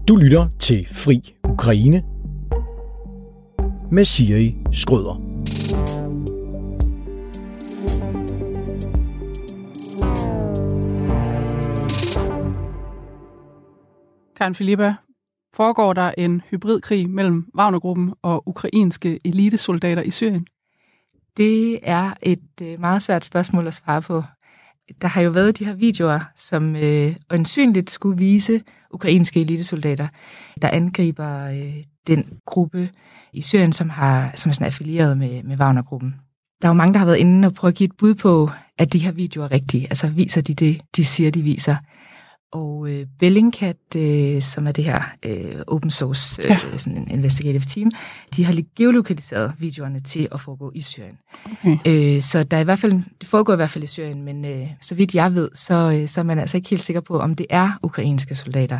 Du lytter til Fri Ukraine med Siri Skrøder. Karen Filippa, foregår der en hybridkrig mellem Wagnergruppen og ukrainske elitesoldater i Syrien? Det er et meget svært spørgsmål at svare på. Der har jo været de her videoer, som øjensynligt skulle vise ukrainske elitesoldater, der angriber den gruppe i Syrien, som er sådan affilieret med Wagnergruppen. Der er jo mange, der har været inde og prøve at give et bud på, at de her videoer er rigtige. Altså viser de det, de siger, de viser. Og Bellingcat, som er det her open source sådan en investigative team, de har geolokaliseret videoerne til at foregå i Syrien. Okay. Så der er i hvert fald, det foregår i hvert fald i Syrien, men så vidt jeg ved, så er man altså ikke helt sikker på, om det er ukrainske soldater.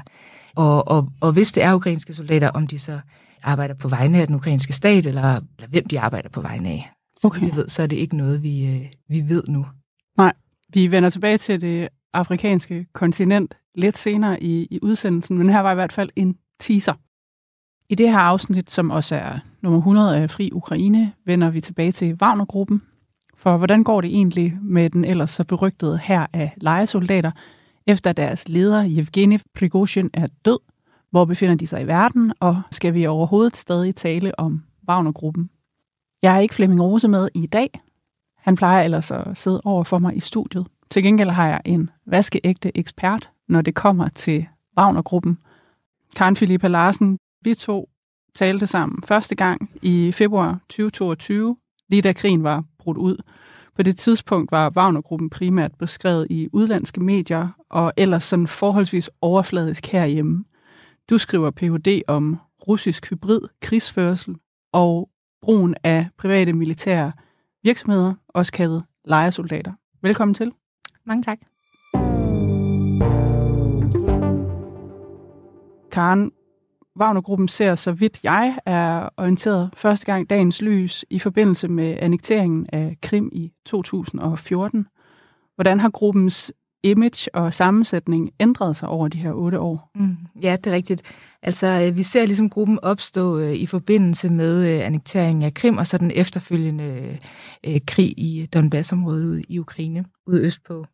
Og hvis det er ukrainske soldater, om de så arbejder på vegne af den ukrainske stat, eller hvem de arbejder på vegne af. Så okay. Vi ved, så er det ikke noget, vi ved nu. Nej, vi vender tilbage til det afrikanske kontinent lidt senere i udsendelsen, men her var i hvert fald en teaser. I det her afsnit, som også er nummer 100 af Fri Ukraine, vender vi tilbage til Wagnergruppen. For hvordan går det egentlig med den ellers så berygtede hær af lejesoldater, efter deres leder Yevgeny Prigozhin er død? Hvor befinder de sig i verden, og skal vi overhovedet stadig tale om Wagnergruppen? Jeg har ikke Flemming Rose med i dag. Han plejer ellers at sidde over for mig i studiet. Til gengæld har jeg en vaskeægte ekspert, når det kommer til Wagnergruppen. Karen Filippa Larsen, vi to talte sammen første gang i februar 2022, lige da krigen var brudt ud. På det tidspunkt var Wagnergruppen primært beskrevet i udlandske medier, og ellers sådan forholdsvis overfladisk herhjemme. Du skriver Ph.D. om russisk hybrid krigsførsel og brugen af private militære virksomheder, også kaldet lejesoldater. Velkommen til. Mange tak. Karen, Wagnergruppen ser, så vidt jeg er orienteret, første gang dagens lys i forbindelse med annekteringen af Krim i 2014. Hvordan har gruppens image og sammensætning ændret sig over de her 8 år? Ja, det er rigtigt. Altså, vi ser ligesom gruppen opstå i forbindelse med annekteringen af Krim, og så den efterfølgende krig i Donbass-området i Ukraine, ude østpå.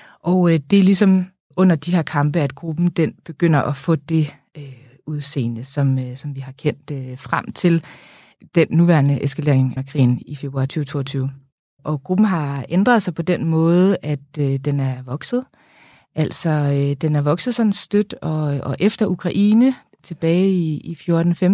Og det er ligesom under de her kampe, at gruppen den begynder at få det udseende, som vi har kendt frem til den nuværende eskalering af krigen i februar 2022. Og gruppen har ændret sig på den måde, at den er vokset. Altså, den er vokset sådan stødt, og efter Ukraine, tilbage i 14-15,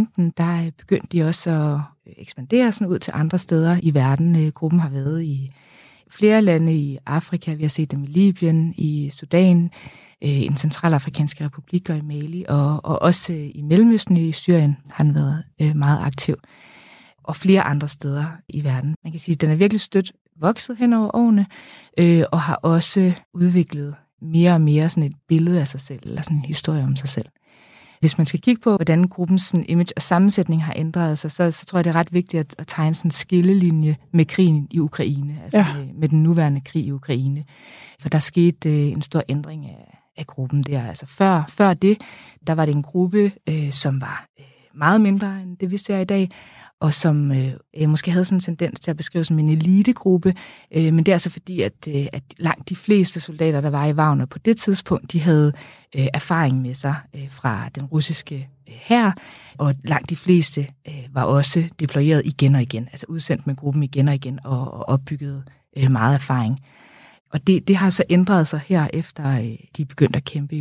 der begyndte de også at ekspandere sådan ud til andre steder i verden. Gruppen har været i flere lande i Afrika. Vi har set dem i Libyen, i Sudan, i den centralafrikanske republik og i Mali, og også i Mellemøsten i Syrien har den været meget aktiv. Og flere andre steder i verden. Man kan sige, at den er virkelig stødt vokset hen over årene, og har også udviklet mere og mere sådan et billede af sig selv, eller sådan en historie om sig selv. Hvis man skal kigge på, hvordan gruppens sådan image og sammensætning har ændret sig, så tror jeg, det er ret vigtigt at tegne sådan en skillelinje med krigen i Ukraine, altså med den nuværende krig i Ukraine. For der skete en stor ændring af gruppen der. Altså før det, der var det en gruppe, som var meget mindre end det, vi ser i dag, og som måske havde sådan en tendens til at beskrive som en elitegruppe, men det er altså fordi, at langt de fleste soldater, der var i Wagner på det tidspunkt, de havde erfaring med sig fra den russiske hær, og langt de fleste var også deployeret igen og igen, altså udsendt med gruppen igen og igen, og opbygget meget erfaring. Og det har så ændret sig her efter de begyndte at kæmpe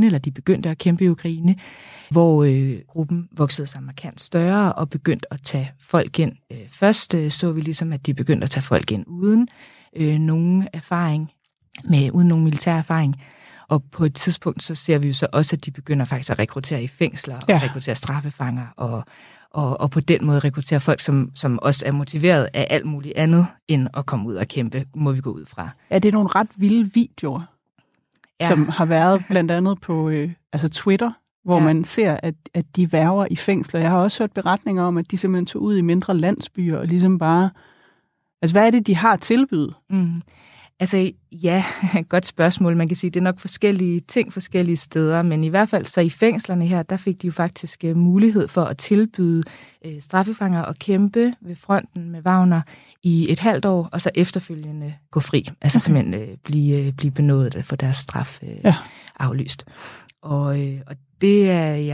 i Ukraine, hvor gruppen voksede sig markant større og begyndte at tage folk ind. Først så vi ligesom, at de begyndte at tage folk ind uden nogen erfaring, uden nogen militær erfaring. Og på et tidspunkt så ser vi jo så også, at de begynder faktisk at rekruttere i fængsler og rekruttere straffefanger og på den måde rekruttere folk, som også er motiveret af alt muligt andet, end at komme ud og kæmpe, må vi gå ud fra. Ja, det er nogle ret vilde videoer, som har været blandt andet på Twitter, hvor man ser, at de værger i fængsler. Jeg har også hørt beretninger om, at de simpelthen tog ud i mindre landsbyer og ligesom bare... Altså, hvad er det, de har tilbydet? Altså ja, godt spørgsmål. Man kan sige, det er nok forskellige ting forskellige steder, men i hvert fald så i fængslerne her, der fik de jo faktisk mulighed for at tilbyde straffefanger at kæmpe ved fronten med Wagner i et halvt år, og så efterfølgende gå fri. Altså simpelthen blive benådet for deres straf aflyst. Og det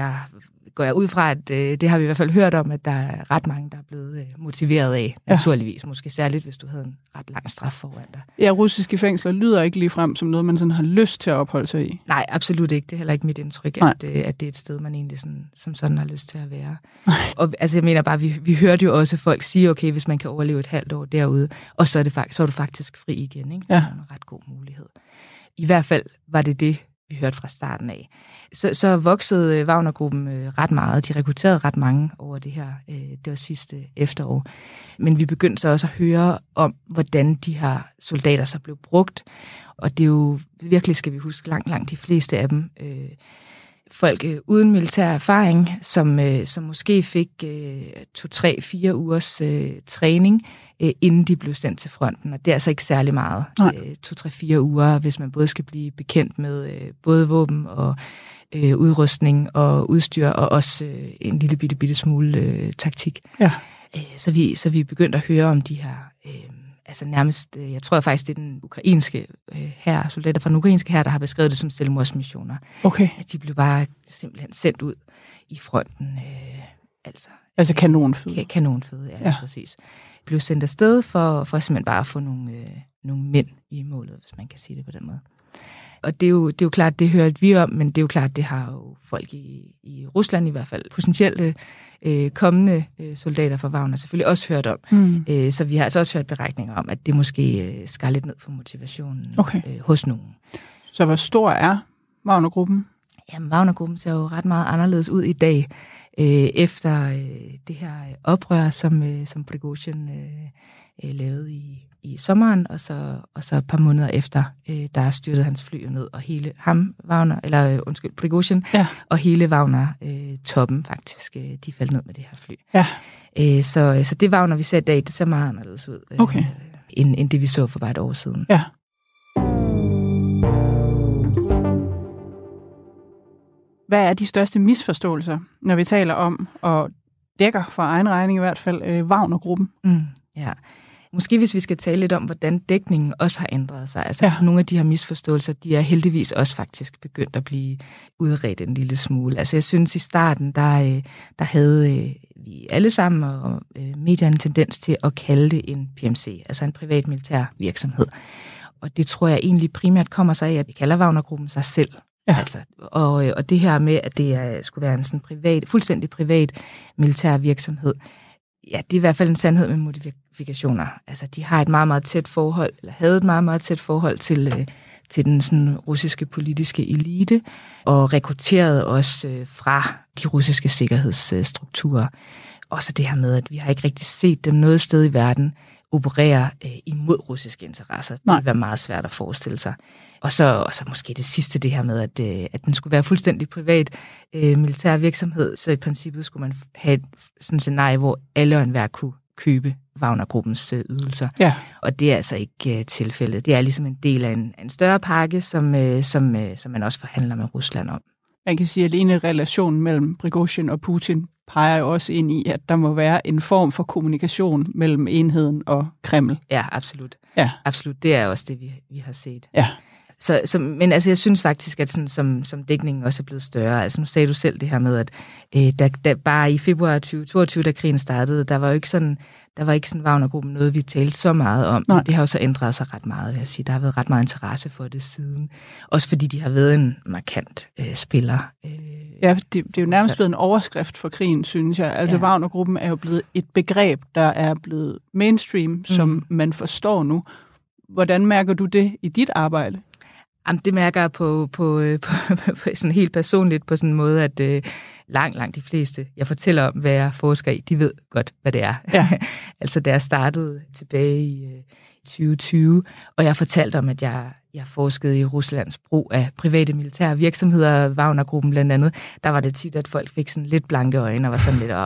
går jeg ud fra, at det har vi i hvert fald hørt om, at der er ret mange, der er blevet motiveret af, naturligvis. Måske særligt, hvis du havde en ret lang straf foran dig. Ja, russiske fængsler lyder ikke ligefrem som noget, man sådan har lyst til at opholde sig i. Nej, absolut ikke. Det er heller ikke mit indtryk, at det er et sted, man egentlig som sådan har lyst til at være. Og altså, jeg mener bare, vi hørte jo også folk sige, okay, hvis man kan overleve et halvt år derude, og så er du faktisk fri igen. Ikke? Det er en ret god mulighed. I hvert fald var det, vi hørte fra starten af. Så voksede Wagner-gruppen ret meget. De rekrutterede ret mange over det her. Det var sidste efterår. Men vi begyndte så også at høre om, hvordan de her soldater så blev brugt. Og det er jo virkelig, skal vi huske, langt de fleste af dem. Folk uden militær erfaring, som måske fik 2-3-4 ugers træning, inden de blev sendt til fronten. Og det er altså ikke særlig meget. 2-3-4 uger, hvis man både skal blive bekendt med både våben og udrustning og udstyr, og også en lille bitte smule taktik. Ja. Så vi begyndte at høre om de her... Altså nærmest, jeg tror faktisk, det er den ukrainske hær, soldater fra den ukrainske hær, der har beskrevet det som selvmordsmissioner. Okay. At de blev bare simpelthen sendt ud i fronten. Altså kanonføde. Kanonføde, ja. Præcis. Blev sendt afsted for simpelthen bare at få nogle mænd i målet, hvis man kan sige det på den måde. Og det er jo klart, det hørte vi om, men det er jo klart, det har jo folk i Rusland i hvert fald, potentielle kommende soldater fra Wagner selvfølgelig også hørt om. Så vi har altså også hørt beretninger om, at det måske skar lidt ned for motivationen hos nogen. Så hvor stor er Wagner-gruppen? Jamen, Wagner-gruppen ser jo ret meget anderledes ud i dag, efter det her oprør, som Prigozhin lavede i sommeren, og så et par måneder efter, der styrtede hans fly ned, og hele Prigozhin, og hele Wagner-toppen faktisk, de faldt ned med det her fly. Ja. Så det Wagner, vi ser i dag, det ser meget anderledes ud, end det vi så for bare et år siden. Ja. Hvad er de største misforståelser, når vi taler om, og dækker for egen regning i hvert fald, Wagner-gruppen? Ja. Måske hvis vi skal tale lidt om, hvordan dækningen også har ændret sig. Altså nogle af de her misforståelser, de er heldigvis også faktisk begyndt at blive udredt en lille smule. Altså jeg synes i starten, der havde vi alle sammen og medierne en tendens til at kalde det en PMC, altså en privat militær virksomhed. Og det tror jeg egentlig primært kommer sig af, at de kalder Wagner-gruppen sig selv. Ja. Altså, og det her med, at det skulle være en sådan fuldstændig privat militær virksomhed, ja, det er i hvert fald en sandhed med modifikationer. Altså, de har et meget, meget tæt forhold, eller havde et meget, meget tæt forhold til den sådan russiske politiske elite, og rekrutterede også fra de russiske sikkerhedsstrukturer. Også det her med, at vi har ikke rigtig set dem noget sted i verden operere imod russiske interesser. Det vil være meget svært at forestille sig. Og så måske det sidste, det her med, at den skulle være fuldstændig privat militær virksomhed, så i princippet skulle man have sådan et scenarie, hvor alle og enhver kunne købe Wagner-gruppens ydelser. Ja. Og det er altså ikke tilfældet. Det er ligesom en del af en større pakke, som man også forhandler med Rusland om. Man kan sige, at alene relationen mellem Prigozhin og Putin peger jo også ind i, at der må være en form for kommunikation mellem enheden og Kreml. Ja, absolut. Ja. Absolut. Det er også det, vi har set. Ja. Men altså, jeg synes faktisk, at sådan, som dækningen også er blevet større. Altså, nu sagde du selv det her med, at der bare i februar 2022, da krigen startede, der var ikke sådan Wagner-gruppen noget, vi talte så meget om. Nej. Det har jo så ændret sig ret meget, vil jeg sige. Der har været ret meget interesse for det siden. Også fordi de har været en markant spiller. Ja, det er jo nærmest blevet en overskrift for krigen, synes jeg. Altså, Wagner-gruppen er jo blevet et begreb, der er blevet mainstream, som man forstår nu. Hvordan mærker du det i dit arbejde? Jamen, det mærker jeg på sådan helt personligt på sådan en måde, at langt de fleste, jeg fortæller om, hvad jeg forsker i, de ved godt, hvad det er. Ja. Altså, da jeg startede tilbage i 2020, og jeg fortalte om, at jeg forskede i Ruslands brug af private militære virksomheder, Wagner-gruppen blandt andet, der var det tit, at folk fik sådan lidt blanke øjne og var sådan lidt,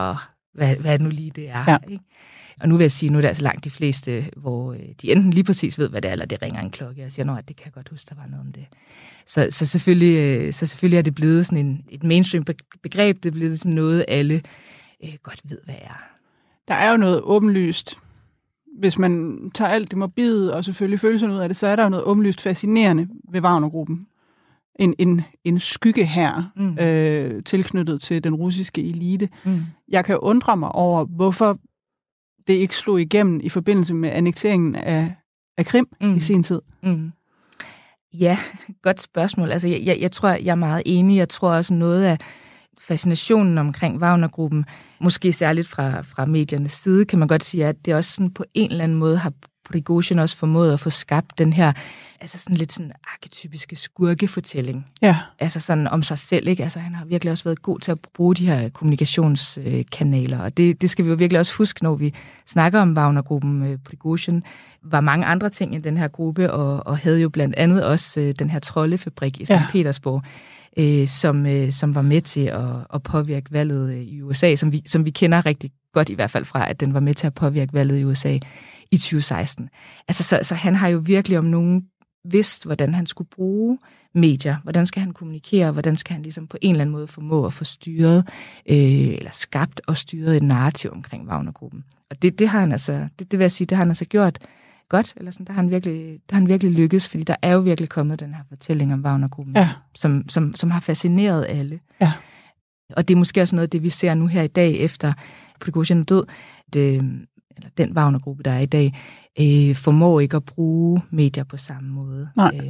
hvad nu lige det er. Ja. Ikke? Og nu vil jeg sige, nu er det altså langt de fleste, hvor de enten lige præcis ved, hvad det er, eller det ringer en klokke, og siger, at det kan jeg godt huske, der var noget om det. Så selvfølgelig er det blevet sådan et mainstream begreb, det er blevet sådan noget, alle godt ved, hvad er. Der er jo noget åbenlyst, hvis man tager alt det morbide og selvfølgelig følelserne ud af det, så er der jo noget åbenlyst fascinerende ved Wagnergruppen. En skygge her, tilknyttet til den russiske elite. Jeg kan undre mig over, hvorfor det ikke slog igennem i forbindelse med annekteringen af Krim i sin tid. Ja, godt spørgsmål. Altså, jeg tror, jeg er meget enig. Jeg tror også noget af fascinationen omkring Wagnergruppen, måske særligt fra mediernes side, kan man godt sige, at det også sådan på en eller anden måde har Prigozhin også formået at få skabt den her, altså sådan lidt sådan arketypiske skurkefortælling. Ja. Altså sådan om sig selv, ikke? Altså han har virkelig også været god til at bruge de her kommunikationskanaler, og det skal vi jo virkelig også huske, når vi snakker om Wagnergruppen. Prigozhin var mange andre ting i den her gruppe, og havde jo blandt andet også den her troldefabrik i St. Petersborg, som var med til at påvirke valget i USA, som vi kender rigtig godt i hvert fald fra, at den var med til at påvirke valget i USA i 2016. Altså, så han har jo virkelig om nogen vidst, hvordan han skulle bruge medier, hvordan skal han kommunikere, hvordan skal han ligesom på en eller anden måde formå at få styret, eller skabt og styret et narrativ omkring Wagnergruppen. Og det har han altså, det vil jeg sige, det har han altså gjort godt, eller sådan, der har han virkelig lykkes, fordi der er jo virkelig kommet den her fortælling om Wagnergruppen, som har fascineret alle. Ja. Og det er måske også noget af det, vi ser nu her i dag, efter Prigozhin er død, eller den Wagnergruppe, der er i dag, formår ikke at bruge medier på samme måde.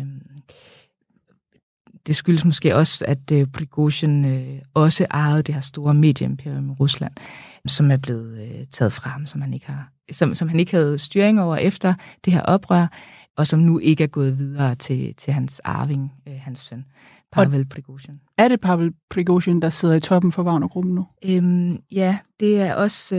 Det skyldes måske også, at Prigozhin også ejede det her store medieimperium i Rusland, som er blevet taget fra ham, som han ikke havde styring over efter det her oprør, og som nu ikke er gået videre til hans arving, hans søn, Pavel Prigozhin. Er det Pavel Prigozhin, der sidder i toppen for Wagnergruppen nu? Ja, det er også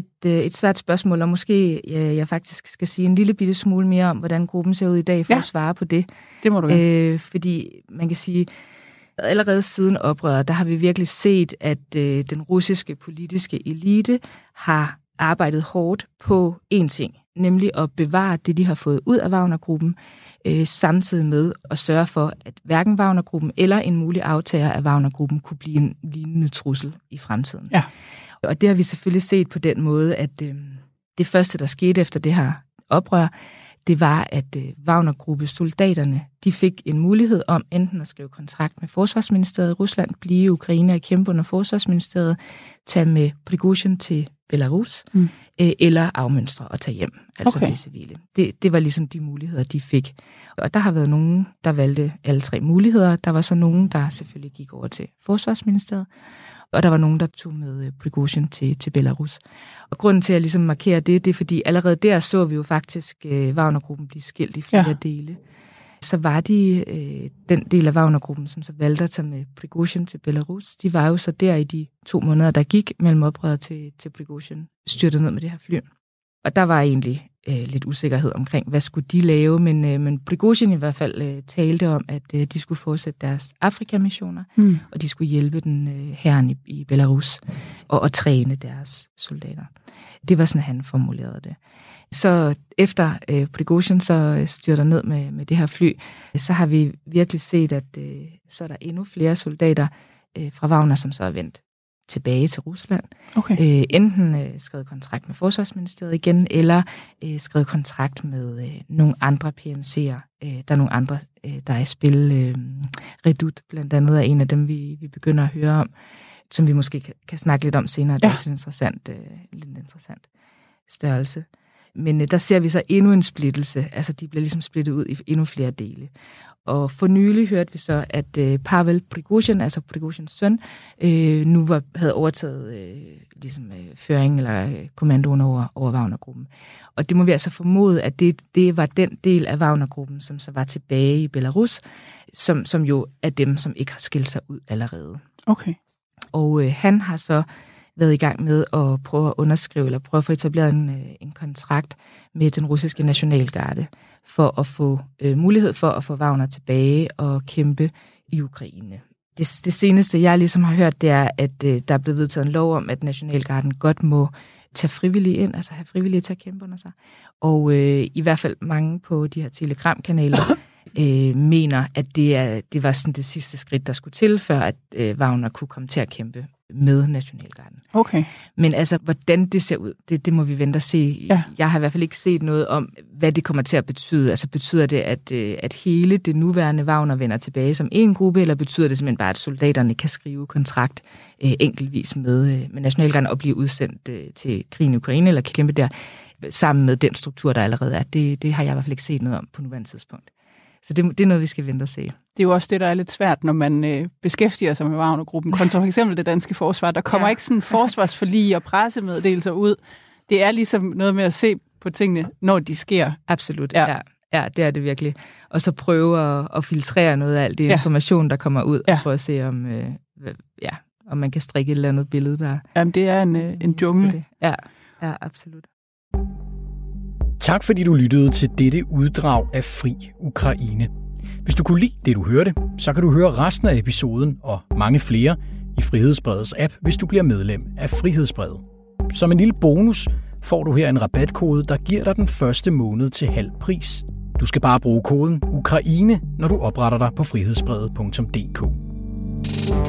et svært spørgsmål, og måske jeg faktisk skal sige en lille bitte smule mere om, hvordan gruppen ser ud i dag, for at svare på det. Det må du gøre. Fordi man kan sige, allerede siden oprøret, der har vi virkelig set, at den russiske politiske elite har arbejdet hårdt på én ting, nemlig at bevare det, de har fået ud af Wagnergruppen, samtidig med at sørge for, at hverken Wagnergruppen eller en mulig aftager af Wagnergruppen kunne blive en lignende trussel i fremtiden. Ja. Og det har vi selvfølgelig set på den måde, at det første, der skete efter det her oprør, det var, at Wagnergruppe-soldaterne, de fik en mulighed om enten at skrive kontrakt med Forsvarsministeriet i Rusland, blive i Ukraine og kæmpe under Forsvarsministeriet, tage med Prigozhin til Belarus, eller afmønstre og tage hjem, altså blive civile. Det var ligesom de muligheder, de fik. Og der har været nogen, der valgte alle tre muligheder. Der var så nogen, der selvfølgelig gik over til Forsvarsministeriet, og der var nogen, der tog med Prigozhin til Belarus. Og grunden til at ligesom markere det er, fordi allerede der så vi jo faktisk Wagnergruppen blive skilt i flere dele. Så var de, den del af Wagnergruppen, som så valgte at tage med Prigozhin til Belarus, de var jo så der i de 2 måneder, der gik mellem oprøret til Prigozhin, styrtet ned med det her fly. Og der var egentlig lidt usikkerhed omkring, hvad skulle de lave, men Prigozhin i hvert fald talte om, at de skulle fortsætte deres Afrika-missioner, og de skulle hjælpe den hæren i Belarus og træne deres soldater. Det var sådan, han formulerede det. Så efter Prigozhin så styrter ned med det her fly, så har vi virkelig set, at så er der endnu flere soldater fra Wagner, som så er vendt tilbage til Rusland. Okay. Enten skrevet kontrakt med Forsvarsministeriet igen, eller skrevet kontrakt med nogle andre PMC'er. Der er nogle andre, der er i spil. Redut blandt andet er en af dem, vi begynder at høre om, som vi måske kan snakke lidt om senere. Det er også en interessant størrelse. Men der ser vi så endnu en splittelse. Altså, de bliver ligesom splittet ud i endnu flere dele. Og for nylig hørte vi så, at Pavel Prigozhin, altså Prigozhins søn, nu havde overtaget føringen eller kommandoen over Wagnergruppen. Og det må vi altså formode, at det var den del af Wagnergruppen, som så var tilbage i Belarus, som jo er dem, som ikke har skilt sig ud allerede. Okay. Og han har så været i gang med at prøve at underskrive, eller prøve at få etableret en kontrakt med den russiske nationalgarde, for at få mulighed for at få Wagner tilbage og kæmpe i Ukraine. Det seneste, jeg ligesom har hørt, det er, at der er blevet vedtaget en lov om, at Nationalgarden godt må tage frivillige ind, altså have frivillige til at kæmpe under sig. Og i hvert fald mange på de her telegramkanaler mener, at det var sådan det sidste skridt, der skulle til, før at Wagner kunne komme til at kæmpe med Nationalgarden. Okay. Men altså, hvordan det ser ud, det må vi vente og se. Ja. Jeg har i hvert fald ikke set noget om, hvad det kommer til at betyde. Altså, betyder det, at hele det nuværende Wagner vender tilbage som en gruppe, eller betyder det simpelthen bare, at soldaterne kan skrive kontrakt enkeltvis med Nationalgarden og blive udsendt til krigen i Ukraine, eller kan kæmpe der sammen med den struktur, der allerede er? Det har jeg i hvert fald ikke set noget om på nuværende tidspunkt. Så det er noget, vi skal vente og se. Det er jo også det, der er lidt svært, når man beskæftiger sig med Wagner-gruppen, kontra for eksempel det danske forsvar. Der kommer ikke sådan forsvarsforlig og pressemeddelelser ud. Det er ligesom noget med at se på tingene, når de sker. Absolut, ja, det er det virkelig. Og så prøve at filtrere noget af alt det information, der kommer ud, og prøve at se, om man kan strikke et eller andet billede der. Jamen, det er en jungle. Ja, absolut. Tak fordi du lyttede til dette uddrag af Fri Ukraine. Hvis du kunne lide det, du hørte, så kan du høre resten af episoden og mange flere i Frihedsbredets app, hvis du bliver medlem af Frihedsbredet. Som en lille bonus får du her en rabatkode, der giver dig den første måned til halv pris. Du skal bare bruge koden Ukraine, når du opretter dig på frihedsbredet.dk.